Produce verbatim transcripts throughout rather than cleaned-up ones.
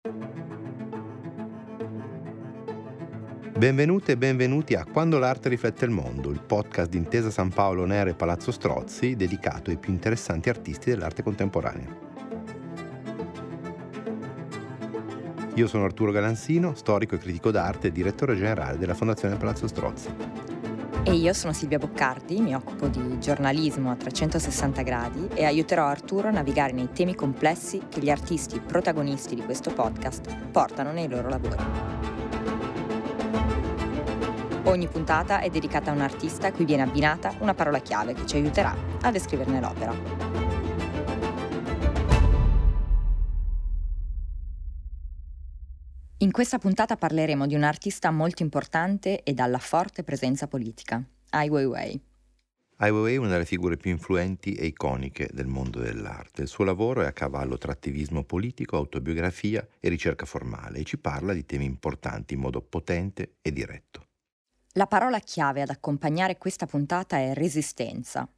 Benvenute e benvenuti a Quando l'arte riflette il mondo, il podcast di Intesa San Paolo Nere e Palazzo Strozzi dedicato ai più interessanti artisti dell'arte contemporanea. Io sono Arturo Galansino, storico e critico d'arte e direttore generale della Fondazione Palazzo Strozzi. E io sono Silvia Boccardi, mi occupo di giornalismo a trecentosessanta gradi e aiuterò Arturo a navigare nei temi complessi che gli artisti protagonisti di questo podcast portano nei loro lavori. Ogni puntata è dedicata a un artista a cui viene abbinata una parola chiave che ci aiuterà a descriverne l'opera. In questa puntata parleremo di un artista molto importante e dalla forte presenza politica, Ai Weiwei. Ai Weiwei è una delle figure più influenti e iconiche del mondo dell'arte. Il suo lavoro è a cavallo tra attivismo politico, autobiografia e ricerca formale e ci parla di temi importanti in modo potente e diretto. La parola chiave ad accompagnare questa puntata è resistenza.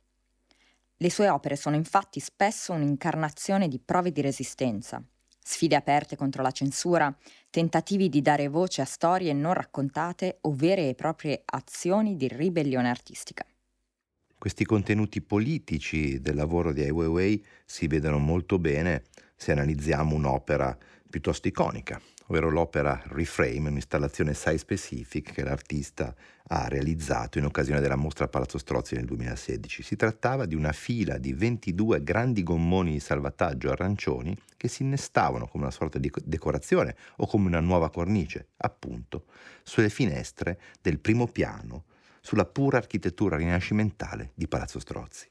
Le sue opere sono infatti spesso un'incarnazione di prove di resistenza, sfide aperte contro la censura, tentativi di dare voce a storie non raccontate o vere e proprie azioni di ribellione artistica. Questi contenuti politici del lavoro di Ai Weiwei si vedono molto bene se analizziamo un'opera piuttosto iconica, ovvero l'opera Reframe, un'installazione site-specific che l'artista ha realizzato in occasione della mostra a Palazzo Strozzi nel duemilasedici. Si trattava di una fila di ventidue grandi gommoni di salvataggio arancioni che si innestavano come una sorta di decorazione o come una nuova cornice, appunto, sulle finestre del primo piano, sulla pura architettura rinascimentale di Palazzo Strozzi.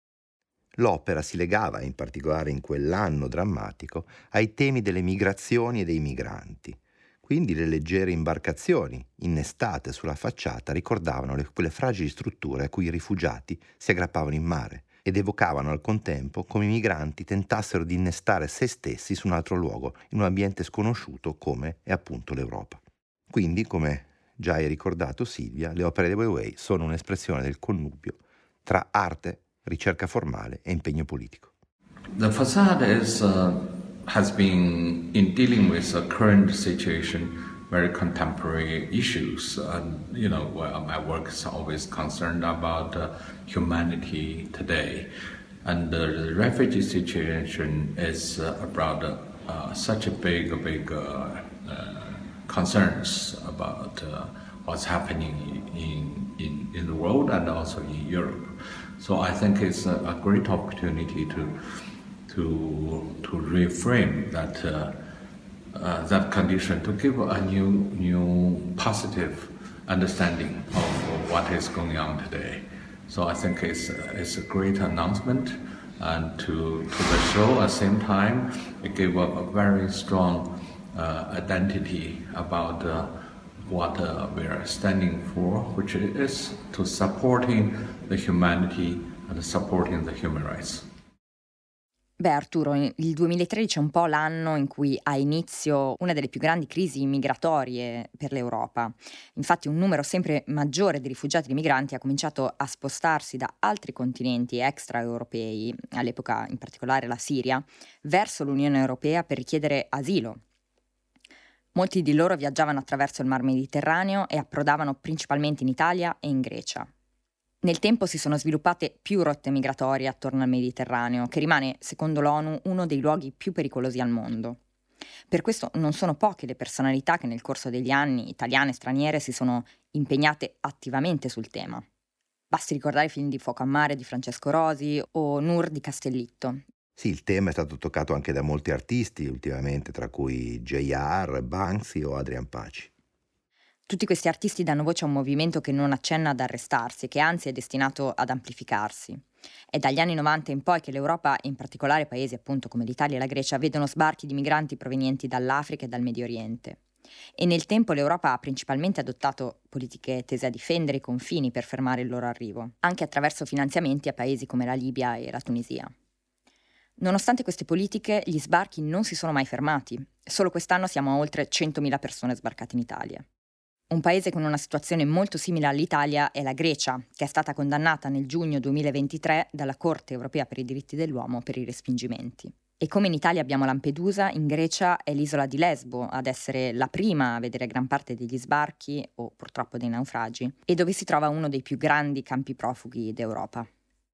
L'opera si legava, in particolare in quell'anno drammatico, ai temi delle migrazioni e dei migranti. Quindi le leggere imbarcazioni innestate sulla facciata ricordavano le, quelle fragili strutture a cui i rifugiati si aggrappavano in mare ed evocavano al contempo come i migranti tentassero di innestare se stessi su un altro luogo, in un ambiente sconosciuto come è appunto l'Europa. Quindi, come già hai ricordato Silvia, le opere di Weiwei sono un'espressione del connubio tra arte, ricerca formale e impegno politico. The facade is, uh, has been, in dealing with the current situation, very contemporary issues. And, you know, well, my work is always concerned about uh, humanity today. And uh, the refugee situation is uh, about uh, such a big, big uh, uh, concerns about uh, what's happening in, in, in the world and also in Europe. So I think it's a, a great opportunity to to to reframe that uh, uh, that condition, to give a new new positive understanding of what is going on today. So I think it's it's a great announcement, and to to the show at the same time it gave a, a very strong uh, identity about uh, what uh, we are standing for, which is to supporting the humanity and supporting the human rights. Beh, Arturo, il duemilatredici è un po' l'anno in cui ha inizio una delle più grandi crisi migratorie per l'Europa. Infatti un numero sempre maggiore di rifugiati e di migranti ha cominciato a spostarsi da altri continenti extraeuropei, all'epoca in particolare la Siria, verso l'Unione Europea per richiedere asilo. Molti di loro viaggiavano attraverso il Mar Mediterraneo e approdavano principalmente in Italia e in Grecia. Nel tempo si sono sviluppate più rotte migratorie attorno al Mediterraneo, che rimane, secondo l'ONU, uno dei luoghi più pericolosi al mondo. Per questo non sono poche le personalità che nel corso degli anni, italiane e straniere, si sono impegnate attivamente sul tema. Basti ricordare i film di Fuoco a mare di Francesco Rosi o Nur di Castellitto. Sì, il tema è stato toccato anche da molti artisti ultimamente, tra cui J R, Banksy o Adrian Paci. Tutti questi artisti danno voce a un movimento che non accenna ad arrestarsi, che anzi è destinato ad amplificarsi. È dagli anni novanta in poi che l'Europa, e in particolare paesi appunto come l'Italia e la Grecia, vedono sbarchi di migranti provenienti dall'Africa e dal Medio Oriente. E nel tempo l'Europa ha principalmente adottato politiche tese a difendere i confini per fermare il loro arrivo, anche attraverso finanziamenti a paesi come la Libia e la Tunisia. Nonostante queste politiche, gli sbarchi non si sono mai fermati. Solo quest'anno siamo a oltre centomila persone sbarcate in Italia. Un paese con una situazione molto simile all'Italia è la Grecia, che è stata condannata nel giugno duemilaventitré dalla Corte europea per i diritti dell'uomo per i respingimenti. E come in Italia abbiamo Lampedusa, in Grecia è l'isola di Lesbo ad essere la prima a vedere gran parte degli sbarchi o purtroppo dei naufragi e dove si trova uno dei più grandi campi profughi d'Europa.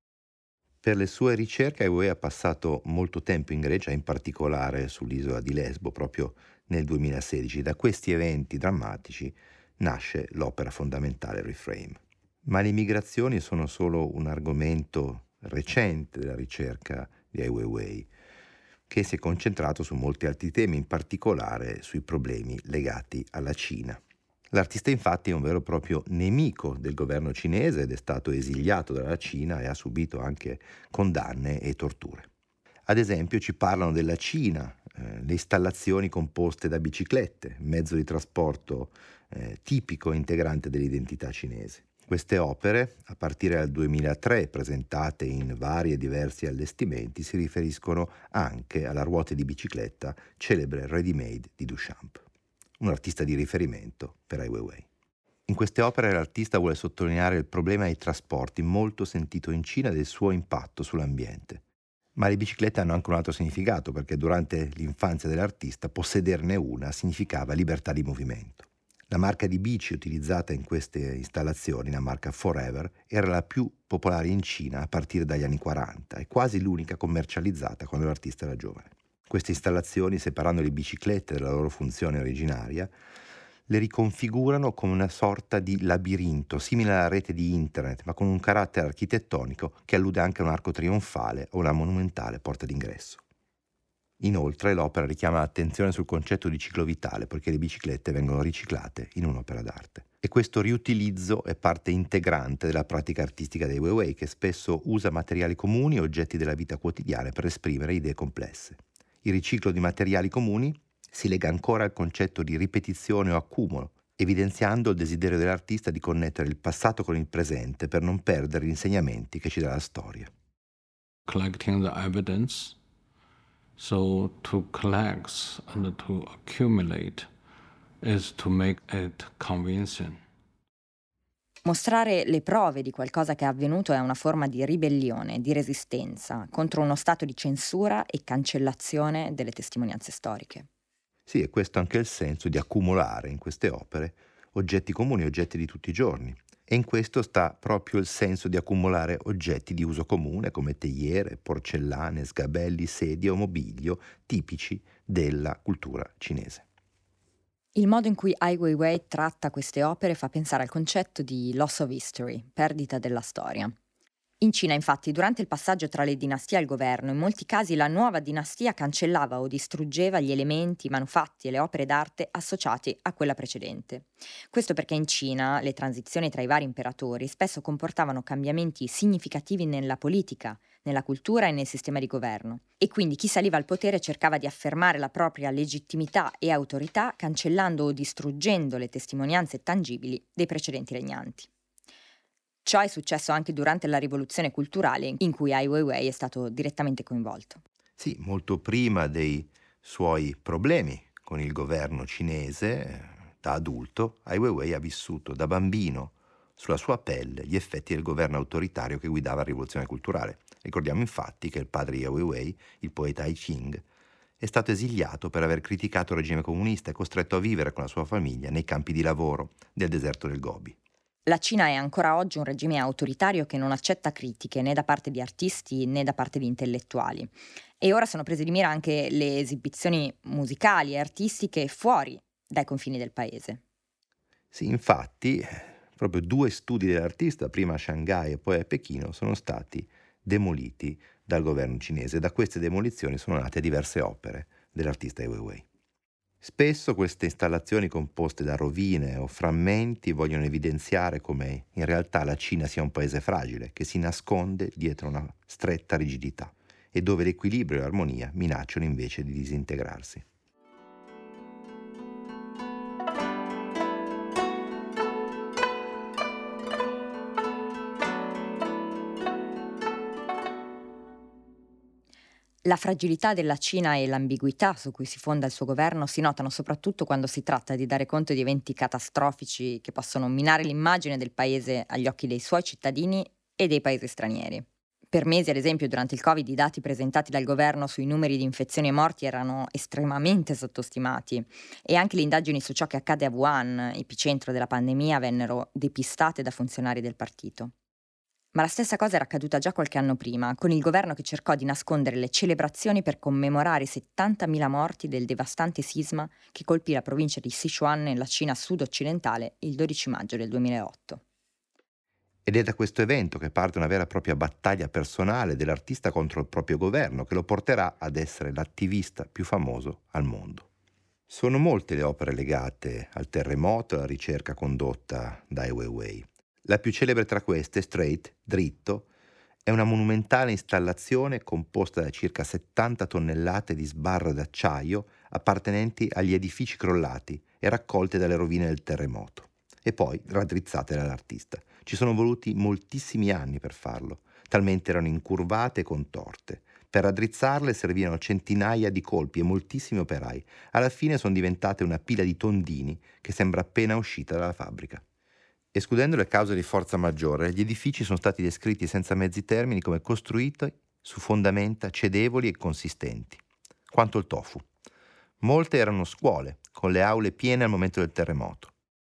Per le sue ricerche Ai Weiwei ha passato molto tempo in Grecia, in particolare sull'isola di Lesbo, proprio nel duemilasedici. Da questi eventi drammatici nasce l'opera fondamentale Reframe. Ma le migrazioni sono solo un argomento recente della ricerca di Ai Weiwei, che si è concentrato su molti altri temi, in particolare sui problemi legati alla Cina. L'artista infatti è un vero e proprio nemico del governo cinese ed è stato esiliato dalla Cina e ha subito anche condanne e torture. Ad esempio ci parlano della Cina, eh, le installazioni composte da biciclette, mezzo di trasporto eh, tipico e integrante dell'identità cinese. Queste opere, a partire dal duemilatré, presentate in vari e diversi allestimenti, si riferiscono anche alla ruota di bicicletta celebre Ready Made di Duchamp, un artista di riferimento per Ai Weiwei. In queste opere l'artista vuole sottolineare il problema dei trasporti, molto sentito in Cina, e del suo impatto sull'ambiente. Ma le biciclette hanno anche un altro significato, perché durante l'infanzia dell'artista possederne una significava libertà di movimento. La marca di bici utilizzata in queste installazioni, la marca Forever, era la più popolare in Cina a partire dagli anni quaranta e quasi l'unica commercializzata quando l'artista era giovane. Queste installazioni, separando le biciclette dalla loro funzione originaria, le riconfigurano come una sorta di labirinto, simile alla rete di internet, ma con un carattere architettonico che allude anche a un arco trionfale o una monumentale porta d'ingresso. Inoltre l'opera richiama l'attenzione sul concetto di ciclo vitale, perché le biciclette vengono riciclate in un'opera d'arte. E questo riutilizzo è parte integrante della pratica artistica dei Weiwei, che spesso usa materiali comuni e oggetti della vita quotidiana per esprimere idee complesse. Il riciclo di materiali comuni si lega ancora al concetto di ripetizione o accumulo, evidenziando il desiderio dell'artista di connettere il passato con il presente per non perdere gli insegnamenti che ci dà la storia. Collecting the evidence. So to collect and to accumulate is to make it convincing. Mostrare le prove di qualcosa che è avvenuto è una forma di ribellione, di resistenza contro uno stato di censura e cancellazione delle testimonianze storiche. Sì, e questo è anche il senso di accumulare in queste opere oggetti comuni, oggetti di tutti i giorni. E in questo sta proprio il senso di accumulare oggetti di uso comune come teiere, porcellane, sgabelli, sedie o mobilio tipici della cultura cinese. Il modo in cui Ai Weiwei tratta queste opere fa pensare al concetto di loss of history, perdita della storia. In Cina, infatti, durante il passaggio tra le dinastie al governo, in molti casi la nuova dinastia cancellava o distruggeva gli elementi, i manufatti e le opere d'arte associati a quella precedente. Questo perché in Cina le transizioni tra i vari imperatori spesso comportavano cambiamenti significativi nella politica, nella cultura e nel sistema di governo. E quindi chi saliva al potere cercava di affermare la propria legittimità e autorità cancellando o distruggendo le testimonianze tangibili dei precedenti regnanti. Ciò è successo anche durante la rivoluzione culturale in cui Ai Weiwei è stato direttamente coinvolto. Sì, molto prima dei suoi problemi con il governo cinese, da adulto, Ai Weiwei ha vissuto da bambino sulla sua pelle gli effetti del governo autoritario che guidava la rivoluzione culturale. Ricordiamo infatti che il padre di Ai Weiwei, il poeta Ai Qing, è stato esiliato per aver criticato il regime comunista e costretto a vivere con la sua famiglia nei campi di lavoro del deserto del Gobi. La Cina è ancora oggi un regime autoritario che non accetta critiche né da parte di artisti né da parte di intellettuali. E ora sono prese di mira anche le esibizioni musicali e artistiche fuori dai confini del paese. Sì, infatti, proprio due studi dell'artista, prima a Shanghai e poi a Pechino, sono stati demoliti dal governo cinese. Da queste demolizioni sono nate diverse opere dell'artista Ai Weiwei. Spesso queste installazioni composte da rovine o frammenti vogliono evidenziare come in realtà la Cina sia un paese fragile, che si nasconde dietro una stretta rigidità e dove l'equilibrio e l'armonia minacciano invece di disintegrarsi. La fragilità della Cina e l'ambiguità su cui si fonda il suo governo si notano soprattutto quando si tratta di dare conto di eventi catastrofici che possono minare l'immagine del paese agli occhi dei suoi cittadini e dei paesi stranieri. Per mesi, ad esempio, durante il Covid, i dati presentati dal governo sui numeri di infezioni e morti erano estremamente sottostimati e anche le indagini su ciò che accade a Wuhan, epicentro della pandemia, vennero depistate da funzionari del partito. Ma la stessa cosa era accaduta già qualche anno prima, con il governo che cercò di nascondere le celebrazioni per commemorare i settantamila morti del devastante sisma che colpì la provincia di Sichuan nella Cina sud-occidentale il dodici maggio del duemilaotto. Ed è da questo evento che parte una vera e propria battaglia personale dell'artista contro il proprio governo, che lo porterà ad essere l'attivista più famoso al mondo. Sono molte le opere legate al terremoto e alla ricerca condotta da Ai Weiwei. La più celebre tra queste, Straight, dritto, è una monumentale installazione composta da circa settanta tonnellate di sbarre d'acciaio appartenenti agli edifici crollati e raccolte dalle rovine del terremoto, e poi raddrizzate dall'artista. Ci sono voluti moltissimi anni per farlo, talmente erano incurvate e contorte. Per raddrizzarle servivano centinaia di colpi e moltissimi operai. Alla fine sono diventate una pila di tondini che sembra appena uscita dalla fabbrica. Escludendo le cause di forza maggiore, gli edifici sono stati descritti senza mezzi termini come costruiti su fondamenta cedevoli e consistenti, quanto il tofu. Molte erano scuole, con le aule piene al momento del terremoto.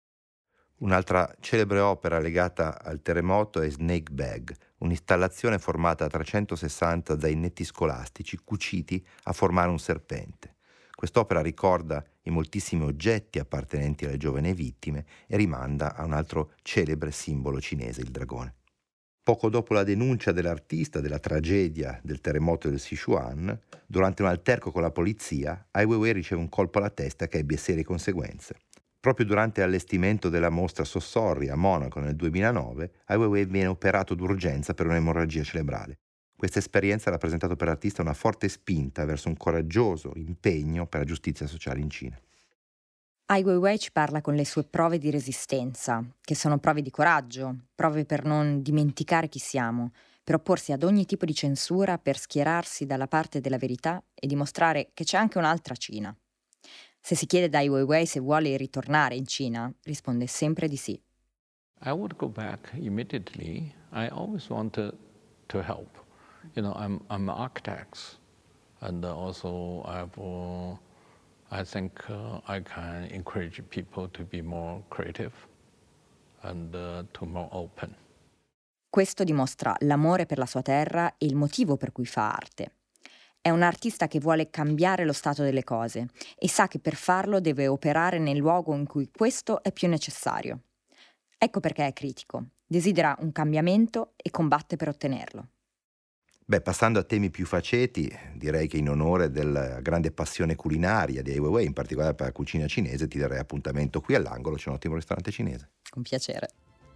Un'altra celebre opera legata al terremoto è Snake Bag, un'installazione formata da trecentosessanta zainetti scolastici cuciti a formare un serpente. Quest'opera ricorda i moltissimi oggetti appartenenti alle giovani vittime e rimanda a un altro celebre simbolo cinese, il dragone. Poco dopo la denuncia dell'artista della tragedia del terremoto del Sichuan, durante un alterco con la polizia, Ai Weiwei riceve un colpo alla testa che ebbe serie conseguenze. Proprio durante l'allestimento della mostra Sossorri a Monaco nel duemilanove, Ai Weiwei viene operato d'urgenza per un'emorragia cerebrale. Questa esperienza ha rappresentato per l'artista una forte spinta verso un coraggioso impegno per la giustizia sociale in Cina. Ai Weiwei ci parla con le sue prove di resistenza, che sono prove di coraggio, prove per non dimenticare chi siamo, per opporsi ad ogni tipo di censura, per schierarsi dalla parte della verità e dimostrare che c'è anche un'altra Cina. Se si chiede da Ai Weiwei se vuole ritornare in Cina, risponde sempre di sì. I would go back immediately. I always wanted to help. You know, I'm I'm an architect, and also I've uh, I think uh, I can encourage people to be more creative and uh, to more open. Questo dimostra l'amore per la sua terra e il motivo per cui fa arte. È un artista che vuole cambiare lo stato delle cose e sa che per farlo deve operare nel luogo in cui questo è più necessario. Ecco perché è critico, desidera un cambiamento e combatte per ottenerlo. Beh, passando a temi più faceti, direi che in onore della grande passione culinaria di Ai Weiwei, in particolare per la cucina cinese, ti darei appuntamento qui all'angolo, c'è un ottimo ristorante cinese. Con piacere.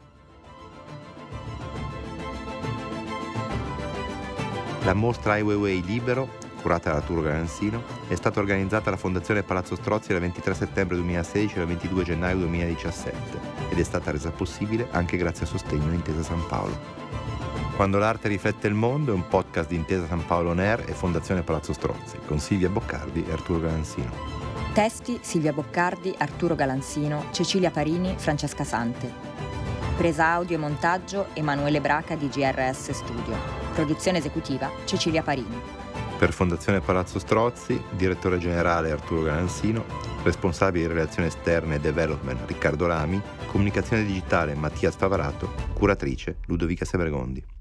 La mostra Ai Weiwei Libero, curata da Arturo Galansino, è stata organizzata dalla Fondazione Palazzo Strozzi dal ventitré settembre duemilasedici al ventidue gennaio duemiladiciassette ed è stata resa possibile anche grazie al sostegno di Intesa San Paolo. Quando l'arte riflette il mondo è un podcast di Intesa San Paolo On Air e Fondazione Palazzo Strozzi, con Silvia Boccardi e Arturo Galansino. Testi Silvia Boccardi, Arturo Galansino, Cecilia Parini, Francesca Sante. Presa audio e montaggio Emanuele Braca di G R S Studio. Produzione esecutiva Cecilia Parini. Per Fondazione Palazzo Strozzi, direttore generale Arturo Galansino, responsabile di relazioni esterne e development Riccardo Lami, comunicazione digitale Mattia Sfavarato, curatrice Ludovica Sebregondi.